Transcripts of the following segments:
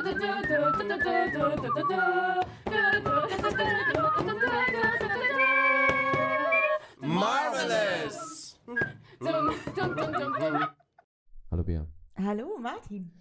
Marvelous! Hallo Bea. Hallo Martin.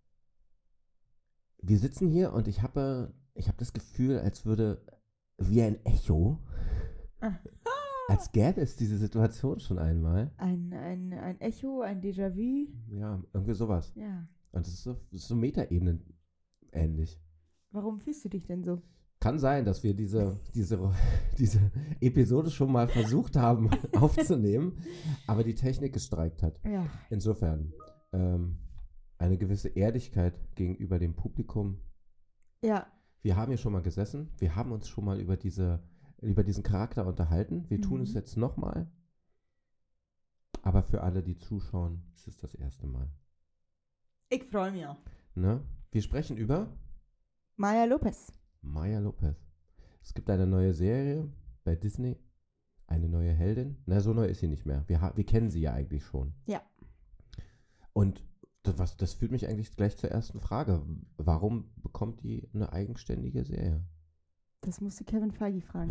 Wir sitzen hier und ich habe das Gefühl, als würde wie ein Echo, als gäbe es diese Situation schon einmal. Ein Echo, ein Déjà-vu. Ja, irgendwie sowas. Ja. Und das ist so Metaebenen ähnlich. Warum fühlst du dich denn so? Kann sein, dass wir diese Episode schon mal versucht haben aufzunehmen, aber die Technik gestreikt hat. Ja. Insofern eine gewisse Ehrlichkeit gegenüber dem Publikum. Ja. Wir haben hier schon mal gesessen, wir haben uns schon mal über diesen Charakter unterhalten. Wir tun es jetzt nochmal. Aber für alle, die zuschauen, ist es das erste Mal. Ich freue mich auch. Ne? Wir sprechen über Maya Lopez. Maya Lopez. Es gibt eine neue Serie bei Disney, eine neue Heldin. Na, so neu ist sie nicht mehr. Wir kennen sie ja eigentlich schon. Ja. Und das führt mich eigentlich gleich zur ersten Frage. Warum bekommt die eine eigenständige Serie? Das musste Kevin Feige fragen.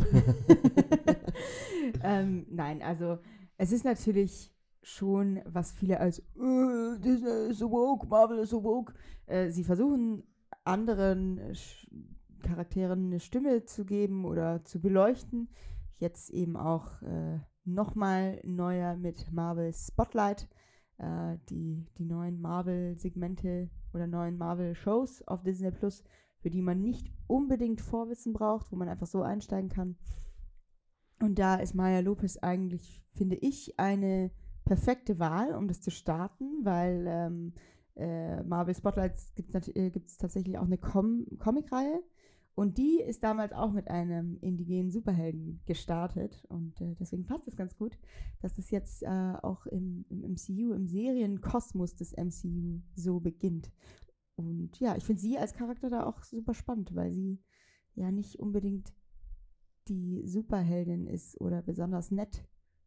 Nein, also es ist natürlich schon, was viele als Disney ist so woke, Marvel ist so woke. Sie versuchen anderen Charakteren eine Stimme zu geben oder zu beleuchten. Jetzt eben auch nochmal neuer mit Marvel Spotlight. Die neuen Marvel-Segmente oder neuen Marvel-Shows auf Disney Plus, für die man nicht unbedingt Vorwissen braucht, wo man einfach so einsteigen kann. Und da ist Maya Lopez eigentlich, finde ich, eine perfekte Wahl, um das zu starten, weil Marvel Spotlight gibt es tatsächlich auch eine Comicreihe. Und die ist damals auch mit einem indigenen Superhelden gestartet. Und deswegen passt es ganz gut, dass das jetzt auch im MCU, im Serienkosmos des MCU so beginnt. Und ja, ich finde sie als Charakter da auch super spannend, weil sie ja nicht unbedingt die Superheldin ist oder besonders nett.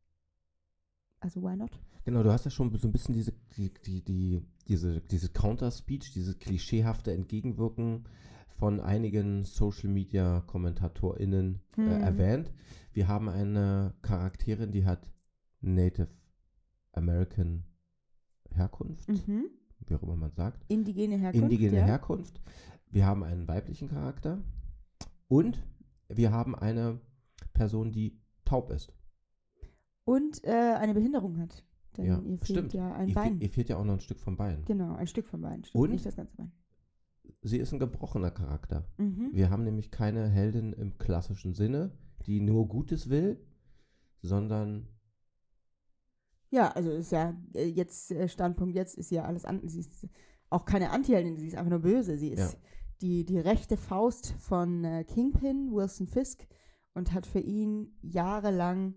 Also why not? Genau, du hast ja schon so ein bisschen diese Counter-Speech, dieses klischeehafte Entgegenwirken von einigen Social-Media-KommentatorInnen erwähnt. Wir haben eine Charakterin, die hat Native American Herkunft, wie auch immer man sagt. Indigene Herkunft. Herkunft. Wir haben einen weiblichen Charakter und wir haben eine Person, die taub ist. Und eine Behinderung hat. Denn ja, ihr fehlt stimmt. ja ein Bein. Ihr fehlt ja auch noch ein Stück vom Bein. Genau, ein Stück vom Bein. Und nicht das ganze Bein. Sie ist ein gebrochener Charakter. Wir haben nämlich keine Heldin im klassischen Sinne, die nur Gutes will, sondern... Ja, also ist ja jetzt, Standpunkt jetzt ist ja alles anders. Sie ist auch keine Anti-Heldin, sie ist einfach nur böse. Sie ist die rechte Faust von Kingpin, Wilson Fisk, und hat für ihn jahrelang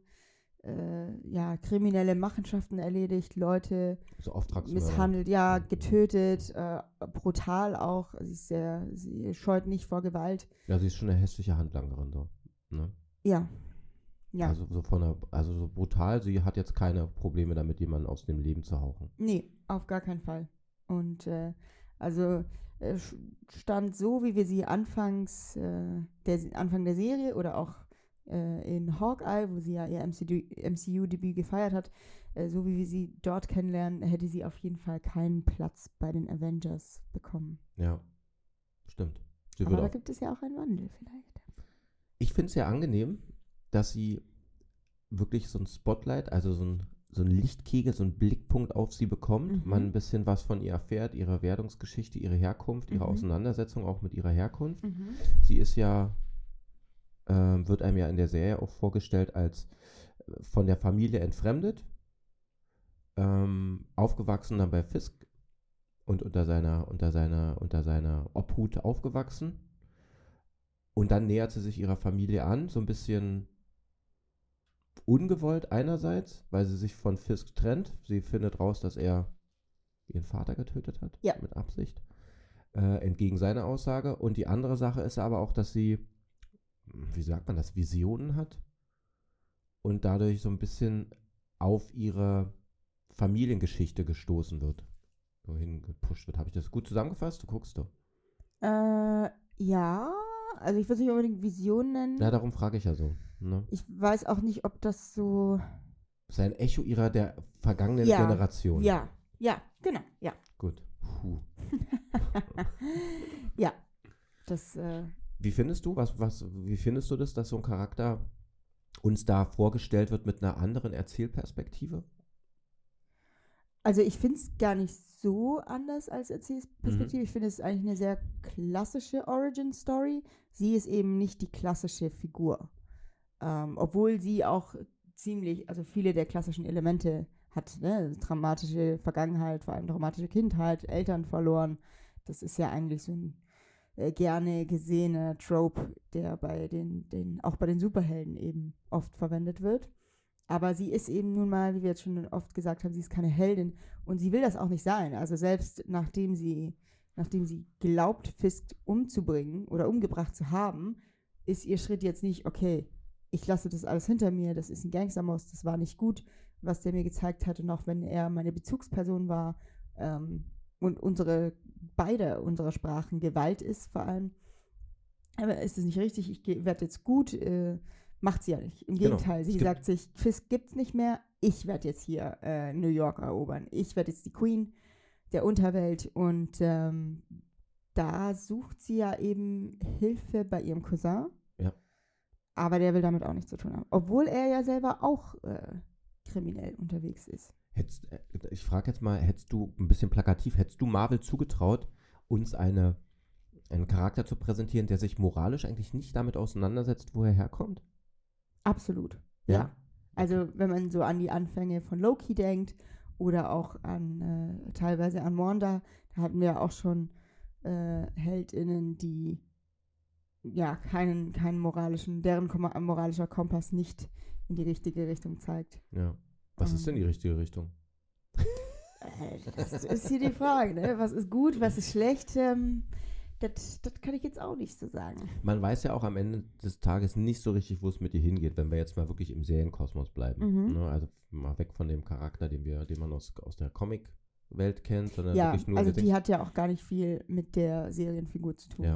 kriminelle Machenschaften erledigt, Leute misshandelt, getötet, brutal auch. Sie scheut nicht vor Gewalt. Ja, sie ist schon eine hässliche Handlangerin so. Ne? Ja. Ja. Also so brutal, sie hat jetzt keine Probleme damit, jemanden aus dem Leben zu hauchen. Nee, auf gar keinen Fall. Und stand so, wie wir sie Anfang der Serie oder auch in Hawkeye, wo sie ja ihr MCU-Debüt gefeiert hat, so wie wir sie dort kennenlernen, hätte sie auf jeden Fall keinen Platz bei den Avengers bekommen. Ja, stimmt. Aber da gibt es ja auch einen Wandel vielleicht. Ich finde es ja angenehm, dass sie wirklich so ein Spotlight, also so ein Lichtkegel, so einen Blickpunkt auf sie bekommt, man ein bisschen was von ihr erfährt, ihre Werdungsgeschichte, ihre Herkunft, ihre Auseinandersetzung auch mit ihrer Herkunft. Sie ist ja wird einem ja in der Serie auch vorgestellt als von der Familie entfremdet, aufgewachsen dann bei Fisk und unter seiner Obhut aufgewachsen. Und dann nähert sie sich ihrer Familie an, so ein bisschen ungewollt einerseits, weil sie sich von Fisk trennt. Sie findet raus, dass er ihren Vater getötet hat, mit Absicht, entgegen seiner Aussage. Und die andere Sache ist aber auch, dass sie, wie sagt man das, Visionen hat und dadurch so ein bisschen auf ihre Familiengeschichte gestoßen wird, so hingepusht wird. Habe ich das gut zusammengefasst? Du guckst doch. Ja, also ich würde es nicht unbedingt Vision nennen. Ja, darum frage ich ja so. Ne? Ich weiß auch nicht, ob das so... Das ist ein Echo ihrer der vergangenen Ja, Generation. Ja, genau, ja. Gut. Puh. Ja, das... Wie findest du, wie findest du das, dass so ein Charakter uns da vorgestellt wird mit einer anderen Erzählperspektive? Also ich finde es gar nicht so anders als Erzählperspektive. Ich finde es eigentlich eine sehr klassische Origin-Story. Sie ist eben nicht die klassische Figur. Obwohl sie auch ziemlich, also viele der klassischen Elemente hat. Ne? Dramatische Vergangenheit, vor allem dramatische Kindheit, Eltern verloren. Das ist ja eigentlich so ein gerne gesehener Trope, der bei auch bei den Superhelden eben oft verwendet wird. Aber sie ist eben nun mal, wie wir jetzt schon oft gesagt haben, sie ist keine Heldin und sie will das auch nicht sein. Also selbst nachdem sie glaubt, Fisk umzubringen oder umgebracht zu haben, ist ihr Schritt jetzt nicht, okay, ich lasse das alles hinter mir, das ist ein Gangstermost, das war nicht gut, was der mir gezeigt hatte, noch wenn er meine Bezugsperson war und unsere Sprachen Gewalt ist vor allem. Aber ist es nicht richtig, ich werde jetzt gut, macht sie ja nicht. Im Gegenteil, sie sagt sich, Fisk gibt's nicht mehr, ich werde jetzt hier New York erobern. Ich werde jetzt die Queen der Unterwelt und da sucht sie ja eben Hilfe bei ihrem Cousin. Ja. Aber der will damit auch nichts zu tun haben. Obwohl er ja selber auch kriminell unterwegs ist. Ich frage jetzt mal, hättest du ein bisschen plakativ, hättest du Marvel zugetraut, uns einen Charakter zu präsentieren, der sich moralisch eigentlich nicht damit auseinandersetzt, wo er herkommt? Absolut, Ja. ja. Also wenn man so an die Anfänge von Loki denkt oder auch teilweise an Wanda, da hatten wir auch schon HeldInnen, die ja keinen moralischen, deren moralischer Kompass nicht in die richtige Richtung zeigt. Ja. Was ist denn die richtige Richtung? Das ist hier die Frage, ne? Was ist gut, was ist schlecht? Das kann ich jetzt auch nicht so sagen. Man weiß ja auch am Ende des Tages nicht so richtig, wo es mit dir hingeht, wenn wir jetzt mal wirklich im Serienkosmos bleiben. Ne? Also mal weg von dem Charakter, den man aus der Comic-Welt kennt, sondern Ja, wirklich nur... also die hat ja auch gar nicht viel mit der Serienfigur zu tun. Ja.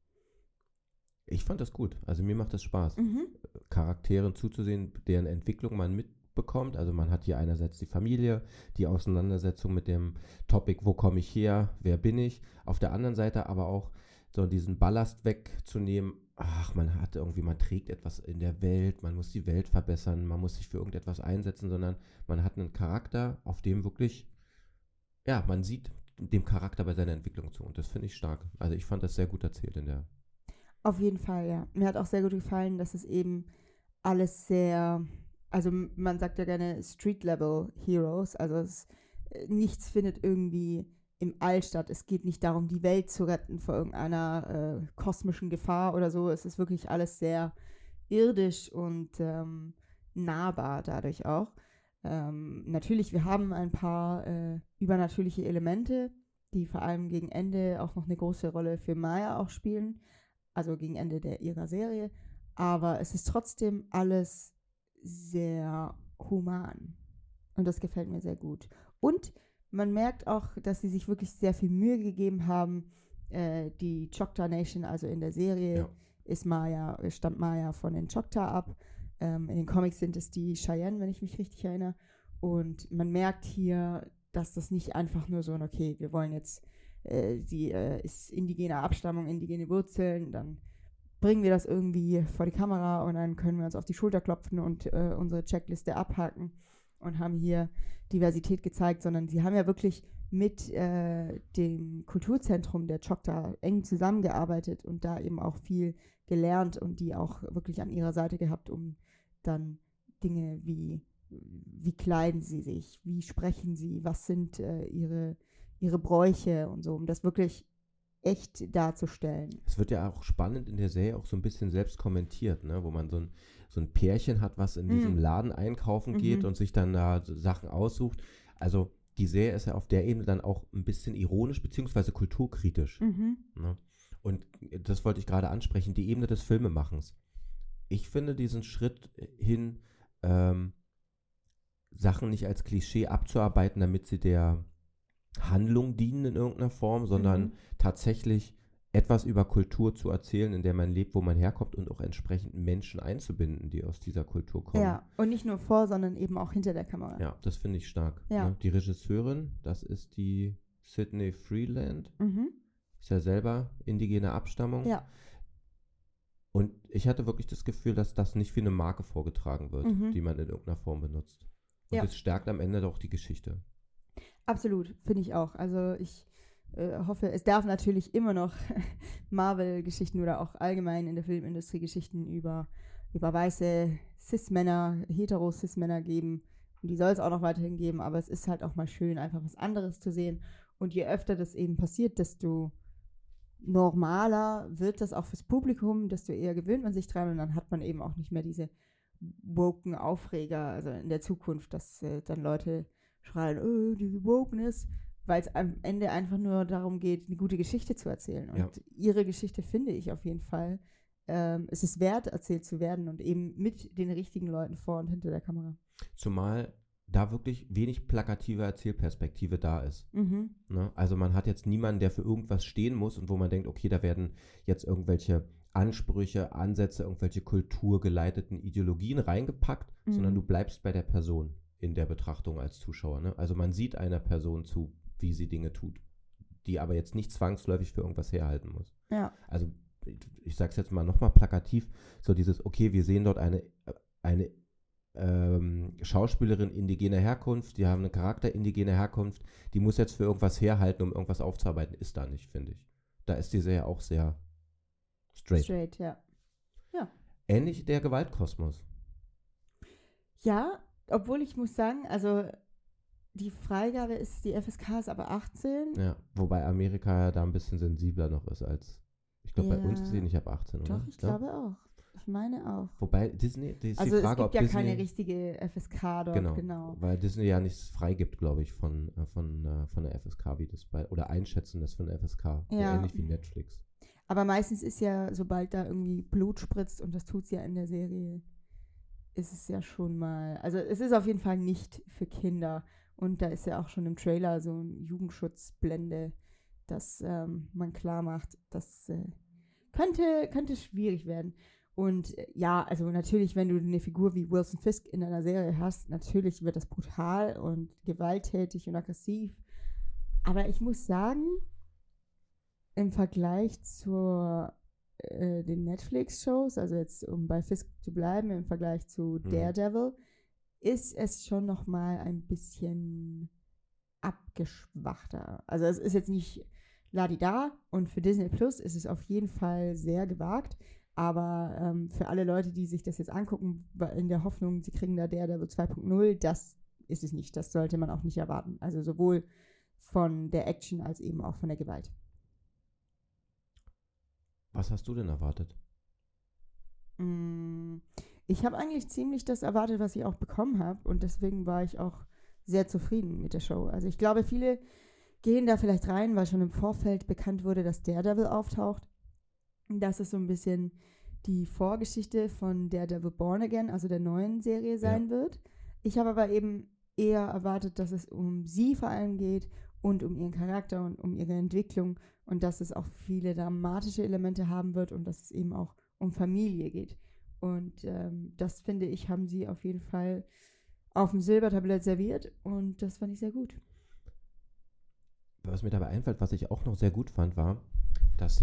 Ich fand das gut. Also mir macht das Spaß, Charakteren zuzusehen, deren Entwicklung man mitbekommt. Also man hat hier einerseits die Familie, die Auseinandersetzung mit dem Topic, wo komme ich her, wer bin ich. Auf der anderen Seite aber auch so diesen Ballast wegzunehmen. Ach, man trägt etwas in der Welt, man muss die Welt verbessern, man muss sich für irgendetwas einsetzen, sondern man hat einen Charakter, auf dem wirklich, ja, man sieht dem Charakter bei seiner Entwicklung zu. Und das finde ich stark. Also ich fand das sehr gut erzählt in der... Auf jeden Fall, ja. Mir hat auch sehr gut gefallen, dass es eben alles sehr, also man sagt ja gerne Street-Level-Heroes, also nichts findet irgendwie im All statt. Es geht nicht darum, die Welt zu retten vor irgendeiner kosmischen Gefahr oder so. Es ist wirklich alles sehr irdisch und nahbar dadurch auch. Natürlich, wir haben ein paar übernatürliche Elemente, die vor allem gegen Ende auch noch eine große Rolle für Maya auch spielen. Also gegen Ende ihrer Serie, aber es ist trotzdem alles sehr human und das gefällt mir sehr gut. Und man merkt auch, dass sie sich wirklich sehr viel Mühe gegeben haben. Die Choctaw Nation, also in der Serie, stammt Maya von den Choctaw ab. In den Comics sind es die Cheyenne, wenn ich mich richtig erinnere. Und man merkt hier, dass das nicht einfach nur so okay, wir wollen jetzt sie ist indigener Abstammung, indigene Wurzeln, dann bringen wir das irgendwie vor die Kamera und dann können wir uns auf die Schulter klopfen und unsere Checkliste abhaken und haben hier Diversität gezeigt, sondern sie haben ja wirklich mit dem Kulturzentrum der Choctaw eng zusammengearbeitet und da eben auch viel gelernt und die auch wirklich an ihrer Seite gehabt, um dann Dinge wie kleiden sie sich, wie sprechen sie, was sind ihre Bräuche und so, um das wirklich echt darzustellen. Es wird ja auch spannend in der Serie auch so ein bisschen selbst kommentiert, ne? Wo man so ein Pärchen hat, was in diesem Laden einkaufen geht und sich dann da Sachen aussucht. Also die Serie ist ja auf der Ebene dann auch ein bisschen ironisch beziehungsweise kulturkritisch. Ne? Und das wollte ich gerade ansprechen, die Ebene des Filmemachens. Ich finde diesen Schritt hin, Sachen nicht als Klischee abzuarbeiten, damit sie der Handlung dienen in irgendeiner Form, sondern tatsächlich etwas über Kultur zu erzählen, in der man lebt, wo man herkommt und auch entsprechend Menschen einzubinden, die aus dieser Kultur kommen. Ja, und nicht nur vor, sondern eben auch hinter der Kamera. Ja, das finde ich stark. Ja. Ne? Die Regisseurin, das ist die Sydney Freeland, Mhm. ist ja selber indigene Abstammung. Ja. Und ich hatte wirklich das Gefühl, dass das nicht wie eine Marke vorgetragen wird, die man in irgendeiner Form benutzt. Und Ja. es stärkt am Ende doch die Geschichte. Absolut, finde ich auch. Also ich hoffe, es darf natürlich immer noch Marvel-Geschichten oder auch allgemein in der Filmindustrie Geschichten über weiße Cis-Männer, hetero-Cis-Männer geben. Und die soll es auch noch weiterhin geben, aber es ist halt auch mal schön, einfach was anderes zu sehen. Und je öfter das eben passiert, desto normaler wird das auch fürs Publikum, desto eher gewöhnt man sich dran und dann hat man eben auch nicht mehr diese woken Aufreger, also in der Zukunft, dass dann Leute schreien, diese Wokeness, weil es am Ende einfach nur darum geht, eine gute Geschichte zu erzählen. Und Ja. ihre Geschichte finde ich auf jeden Fall, es ist wert, erzählt zu werden und eben mit den richtigen Leuten vor und hinter der Kamera. Zumal da wirklich wenig plakative Erzählperspektive da ist. Mhm. Ne? Also man hat jetzt niemanden, der für irgendwas stehen muss und wo man denkt, okay, da werden jetzt irgendwelche Ansprüche, Ansätze, irgendwelche kulturgeleiteten Ideologien reingepackt, sondern du bleibst bei der Person in der Betrachtung als Zuschauer. Ne? Also man sieht einer Person zu, wie sie Dinge tut, die aber jetzt nicht zwangsläufig für irgendwas herhalten muss. Ja. Also ich sage es jetzt mal nochmal plakativ, so dieses, okay, wir sehen dort eine Schauspielerin indigener Herkunft, die haben einen Charakter indigener Herkunft, die muss jetzt für irgendwas herhalten, um irgendwas aufzuarbeiten. Ist da nicht, finde ich. Da ist die Serie auch sehr straight. Ja. Ähnlich der Gewaltkosmos. Ja, obwohl ich muss sagen, also die Freigabe ist, die FSK ist aber 18. Ja, wobei Amerika ja da ein bisschen sensibler noch ist als, ich glaube, bei Ja. uns ist sie nicht ab 18, oder? Doch, ich glaube auch. Ich meine auch. Wobei Disney, das ist Also die Frage, es gibt ja ob Disney, keine richtige FSK dort, genau. weil Disney ja nichts freigibt, glaube ich, von der FSK, wie das oder einschätzen das von der FSK. So Ja. ähnlich wie Netflix. Aber meistens ist ja, sobald da irgendwie Blut spritzt, und das tut es ja in der Serie, ist es ja schon mal, also es ist auf jeden Fall nicht für Kinder. Und da ist ja auch schon im Trailer so ein Jugendschutzblende, dass man klar macht, das könnte schwierig werden. Und ja, also natürlich, wenn du eine Figur wie Wilson Fisk in einer Serie hast, natürlich wird das brutal und gewalttätig und aggressiv. Aber ich muss sagen, im Vergleich zu den Netflix-Shows, also jetzt um bei Fisk zu bleiben, im Vergleich zu Daredevil, ist es schon noch mal ein bisschen abgeschwachter. Also es ist jetzt nicht ladida und für Disney Plus ist es auf jeden Fall sehr gewagt, aber für alle Leute, die sich das jetzt angucken, in der Hoffnung, sie kriegen da Daredevil 2.0, das ist es nicht. Das sollte man auch nicht erwarten. Also sowohl von der Action als eben auch von der Gewalt. Was hast du denn erwartet? Ich habe eigentlich ziemlich das erwartet, was ich auch bekommen habe und deswegen war ich auch sehr zufrieden mit der Show. Also ich glaube, viele gehen da vielleicht rein, weil schon im Vorfeld bekannt wurde, dass Daredevil auftaucht. Das ist so ein bisschen die Vorgeschichte von Daredevil Born Again, also der neuen Serie sein wird. Ich habe aber eben eher erwartet, dass es um sie vor allem geht und um ihren Charakter und um ihre Entwicklung und dass es auch viele dramatische Elemente haben wird und dass es eben auch um Familie geht. Und das, finde ich, haben sie auf jeden Fall auf dem Silbertablett serviert und das fand ich sehr gut. Was mir dabei einfällt, was ich auch noch sehr gut fand, war, dass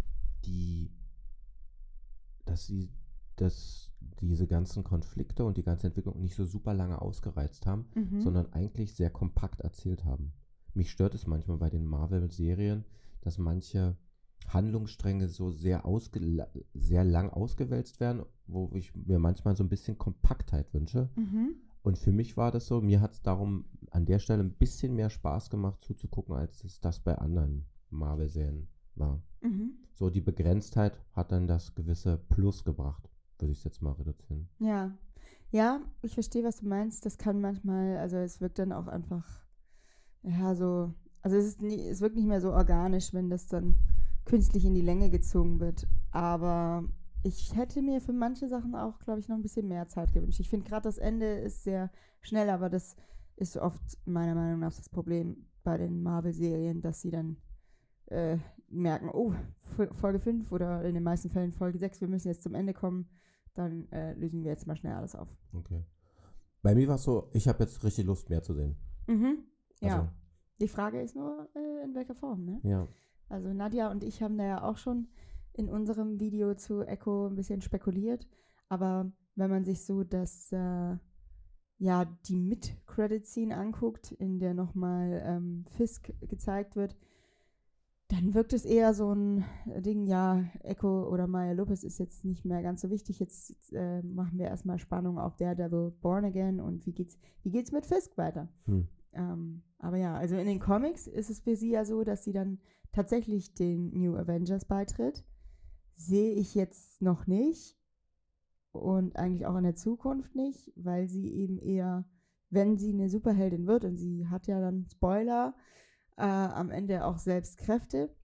diese ganzen Konflikte und die ganze Entwicklung nicht so super lange ausgereizt haben, sondern eigentlich sehr kompakt erzählt haben. Mich stört es manchmal bei den Marvel-Serien, dass manche Handlungsstränge so sehr lang ausgewälzt werden, wo ich mir manchmal so ein bisschen Kompaktheit wünsche. Und für mich war das so, mir hat es darum an der Stelle ein bisschen mehr Spaß gemacht zuzugucken, als es das bei anderen Marvel-Serien war. So die Begrenztheit hat dann das gewisse Plus gebracht, würde ich es jetzt mal reduzieren. Ja, ich verstehe, was du meinst. Das kann manchmal, also es wirkt dann auch einfach, ja, so, also es wirkt nicht mehr so organisch, wenn das dann künstlich in die Länge gezogen wird. Aber ich hätte mir für manche Sachen auch, glaube ich, noch ein bisschen mehr Zeit gewünscht. Ich finde gerade das Ende ist sehr schnell, aber das ist oft meiner Meinung nach das Problem bei den Marvel-Serien, dass sie dann merken, oh, Folge 5 oder in den meisten Fällen Folge 6, wir müssen jetzt zum Ende kommen, dann lösen wir jetzt mal schnell alles auf. Okay. Bei mir war es so, ich habe jetzt richtig Lust, mehr zu sehen. Ja. Also, Die Frage ist nur, in welcher Form, ne? ja. Also Nadja und ich haben da ja auch schon in unserem Video zu Echo ein bisschen spekuliert, aber wenn man sich so das, die Mid-Credit-Scene anguckt, in der nochmal Fisk gezeigt wird, dann wirkt es eher so ein Ding, ja, Echo oder Maya Lopez ist jetzt nicht mehr ganz so wichtig, jetzt machen wir erstmal Spannung auf Daredevil Born Again und wie geht's mit Fisk weiter? Aber ja, also in den Comics ist es für sie ja so, dass sie dann tatsächlich den New Avengers beitritt. Sehe ich jetzt noch nicht und eigentlich auch in der Zukunft nicht, weil sie eben eher, wenn sie eine Superheldin wird, und sie hat ja dann, Spoiler, am Ende auch selbst Kräfte,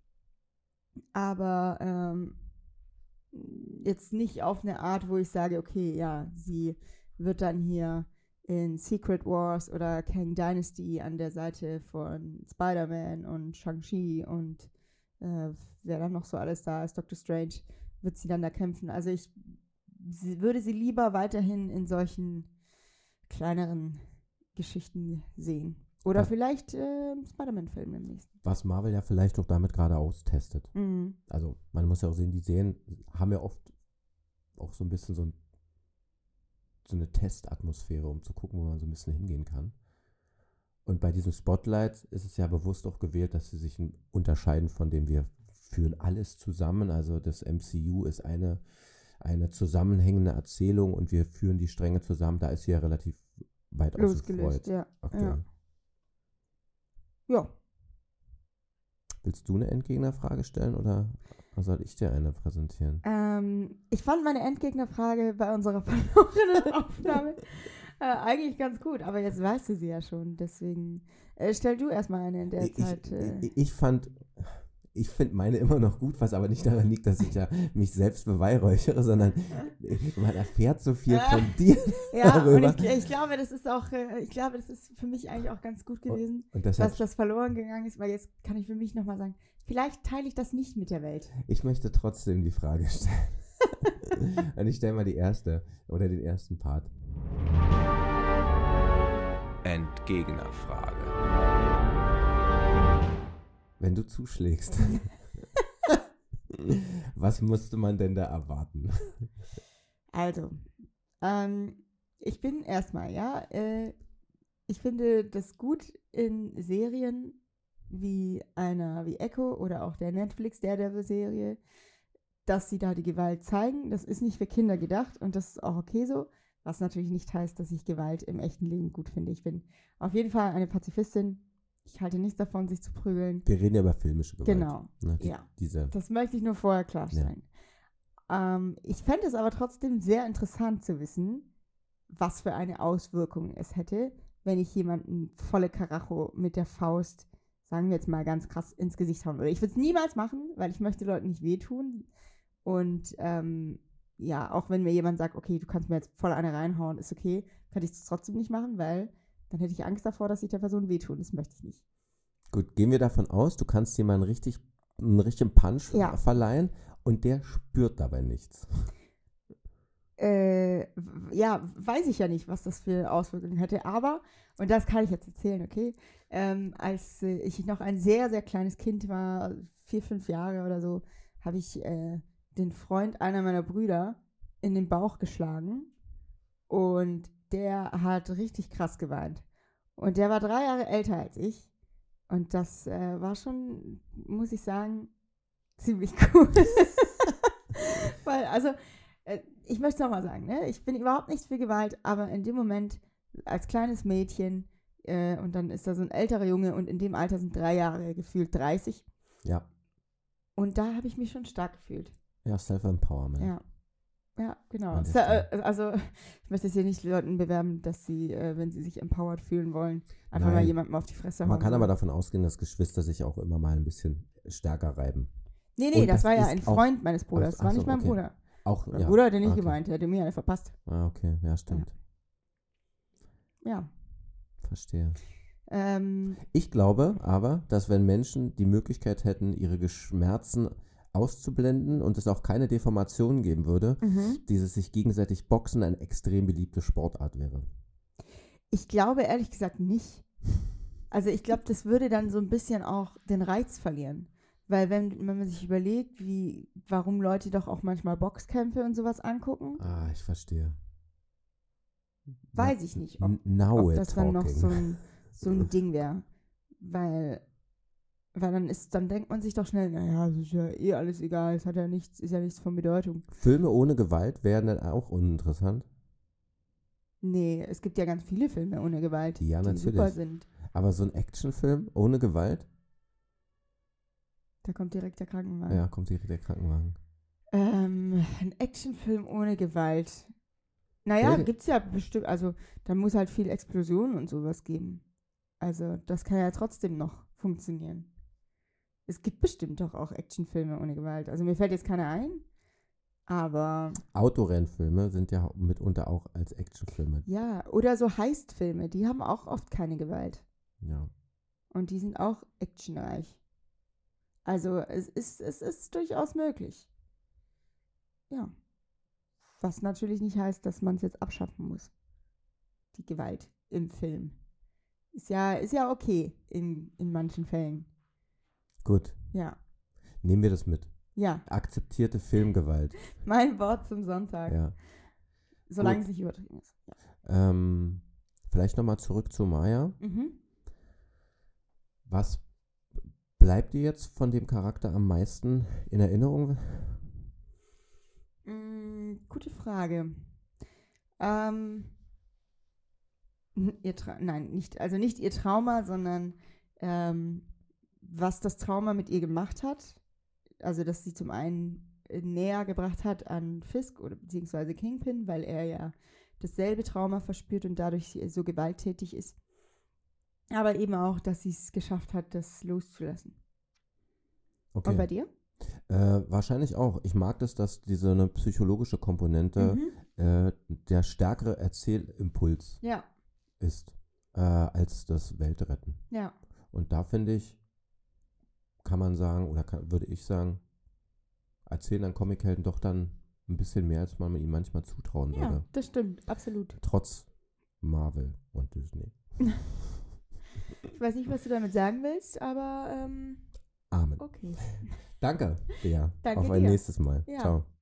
aber jetzt nicht auf eine Art, wo ich sage, okay, ja, sie wird dann hier in Secret Wars oder Kang Dynasty an der Seite von Spider-Man und Shang-Chi und wer dann noch so alles da ist, Doctor Strange, wird sie dann da kämpfen. Also würde sie lieber weiterhin in solchen kleineren Geschichten sehen. Oder vielleicht Spider-Man-Film im nächsten. Was Marvel ja vielleicht auch damit gerade austestet. Also man muss ja auch sehen, die Serien haben ja oft auch so ein bisschen so eine Testatmosphäre, um zu gucken, wo man so ein bisschen hingehen kann. Und bei diesem Spotlight ist es ja bewusst auch gewählt, dass sie sich unterscheiden von dem, wir führen alles zusammen. Also das MCU ist eine zusammenhängende Erzählung und wir führen die Stränge zusammen. Da ist sie ja relativ weit losgelöst, ja. Aktuell. Ja. Willst du eine Endgegnerfrage stellen oder soll ich dir eine präsentieren? Ich fand meine Endgegnerfrage bei unserer verlorenen Aufnahme eigentlich ganz gut, aber jetzt weißt du sie ja schon, deswegen stell du erstmal eine in der Zeit. Ich finde meine immer noch gut, was aber nicht daran liegt, dass ich ja mich selbst beweihräuchere, sondern man erfährt so viel von dir darüber. Und ich glaube, das ist auch, das ist für mich eigentlich auch ganz gut gewesen, und deshalb, dass das verloren gegangen ist, weil jetzt kann ich für mich nochmal sagen, vielleicht teile ich das nicht mit der Welt. Ich möchte trotzdem die Frage stellen. Und ich stelle mal die erste oder den ersten Part. Endgegnerfrage. Wenn du zuschlägst, was musste man denn da erwarten? Also, ich bin erstmal, ich finde das gut in Serien wie Echo oder auch der Netflix Daredevil-Serie, dass sie da die Gewalt zeigen. Das ist nicht für Kinder gedacht und das ist auch okay so, was natürlich nicht heißt, dass ich Gewalt im echten Leben gut finde. Ich bin auf jeden Fall eine Pazifistin. Ich halte nichts davon, sich zu prügeln. Wir reden ja über filmische Gewalt. Genau, Diese. Das möchte ich nur vorher klarstellen. Ja. Ich fände es aber trotzdem sehr interessant zu wissen, was für eine Auswirkung es hätte, wenn ich jemanden volle Karacho mit der Faust, sagen wir jetzt mal ganz krass, ins Gesicht hauen würde. Ich würde es niemals machen, weil ich möchte Leuten nicht wehtun. Und auch wenn mir jemand sagt, okay, du kannst mir jetzt voll eine reinhauen, ist okay, könnte ich es trotzdem nicht machen, weil dann hätte ich Angst davor, dass ich der Person wehtun. Das möchte ich nicht. Gut, gehen wir davon aus, du kannst jemanden einen richtigen Punch verleihen und der spürt dabei nichts. Weiß ich ja nicht, was das für Auswirkungen hätte, aber, und das kann ich jetzt erzählen, okay, als ich noch ein sehr, sehr kleines Kind war, 4, 5 Jahre oder so, habe ich den Freund einer meiner Brüder in den Bauch geschlagen und der hat richtig krass geweint. Und der war 3 Jahre älter als ich. Und das war schon, muss ich sagen, ziemlich cool. Weil, ich möchte es nochmal sagen, ne? Ich bin überhaupt nichts für Gewalt, aber in dem Moment als kleines Mädchen und dann ist da so ein älterer Junge und in dem Alter sind 3 Jahre gefühlt 30. Ja. Und da habe ich mich schon stark gefühlt. Ja, Self-Empowerment. Ja, genau. Ich möchte jetzt hier nicht Leuten bewerben, dass sie, wenn sie sich empowered fühlen wollen, einfach mal jemandem auf die Fresse hauen. Man kann aber davon ausgehen, dass Geschwister sich auch immer mal ein bisschen stärker reiben. Nee, das war ja ein Freund meines Bruders. Das war nicht mein Bruder. Mein Bruder hat nicht gemeint, der hätte mir eine verpasst. Ah, okay. Ja, stimmt. Ja. Verstehe. Ich glaube aber, dass wenn Menschen die Möglichkeit hätten, ihre Schmerzen auszublenden und es auch keine Deformationen geben würde, dieses sich gegenseitig Boxen eine extrem beliebte Sportart wäre. Ich glaube ehrlich gesagt nicht. Also ich glaube, das würde dann so ein bisschen auch den Reiz verlieren. Weil wenn man sich überlegt, warum Leute doch auch manchmal Boxkämpfe und sowas angucken, Ah, ich verstehe. weiß ich nicht, ob das dann noch so ein Ding wäre. Weil dann denkt man sich doch schnell, naja, das ist ja eh alles egal, es hat ja nichts, ist ja nichts von Bedeutung. Filme ohne Gewalt wären dann auch uninteressant. Nee, es gibt ja ganz viele Filme ohne Gewalt, Ja, die natürlich. super sind. Aber so ein Actionfilm ohne Gewalt? Da kommt direkt der Krankenwagen. Ja, kommt direkt der Krankenwagen. Ein Actionfilm ohne Gewalt. Naja, Welche? gibt's ja bestimmt, also da muss halt viel Explosion und sowas geben. Also das kann ja trotzdem noch funktionieren. Es gibt bestimmt doch auch Actionfilme ohne Gewalt. Also mir fällt jetzt keiner ein, aber Autorennfilme sind ja mitunter auch als Actionfilme. ja, oder so Heistfilme, die haben auch oft keine Gewalt. Ja. Und die sind auch actionreich. Also es ist durchaus möglich. Ja. Was natürlich nicht heißt, dass man es jetzt abschaffen muss. Die Gewalt im Film. Ist ja okay in manchen Fällen. Gut, Ja. nehmen wir das mit. Ja. Akzeptierte Filmgewalt. Mein Wort zum Sonntag. Ja. Solange Gut. es nicht übertrieben ist. Ja. Vielleicht nochmal zurück zu Maya. Mhm. Was bleibt dir jetzt von dem Charakter am meisten in Erinnerung? Gute Frage. Nicht ihr Trauma, sondern was das Trauma mit ihr gemacht hat. Also, dass sie zum einen näher gebracht hat an Fisk oder beziehungsweise Kingpin, weil er ja dasselbe Trauma verspürt und dadurch so gewalttätig ist. Aber eben auch, dass sie es geschafft hat, das loszulassen. Okay. Und bei dir? Wahrscheinlich auch. Ich mag das, dass diese eine psychologische Komponente der stärkere Erzählimpuls Ja, ist als das Weltretten. ja. Und da finde ich, kann man sagen, oder würde ich sagen, erzählen an Comichelden doch dann ein bisschen mehr, als man ihnen manchmal zutrauen würde. Ja, das stimmt, absolut. Trotz Marvel und Disney. Ich weiß nicht, was du damit sagen willst, aber Amen. okay. Danke, Bea. Danke Auf ein dir. nächstes Mal. Ja. Ciao.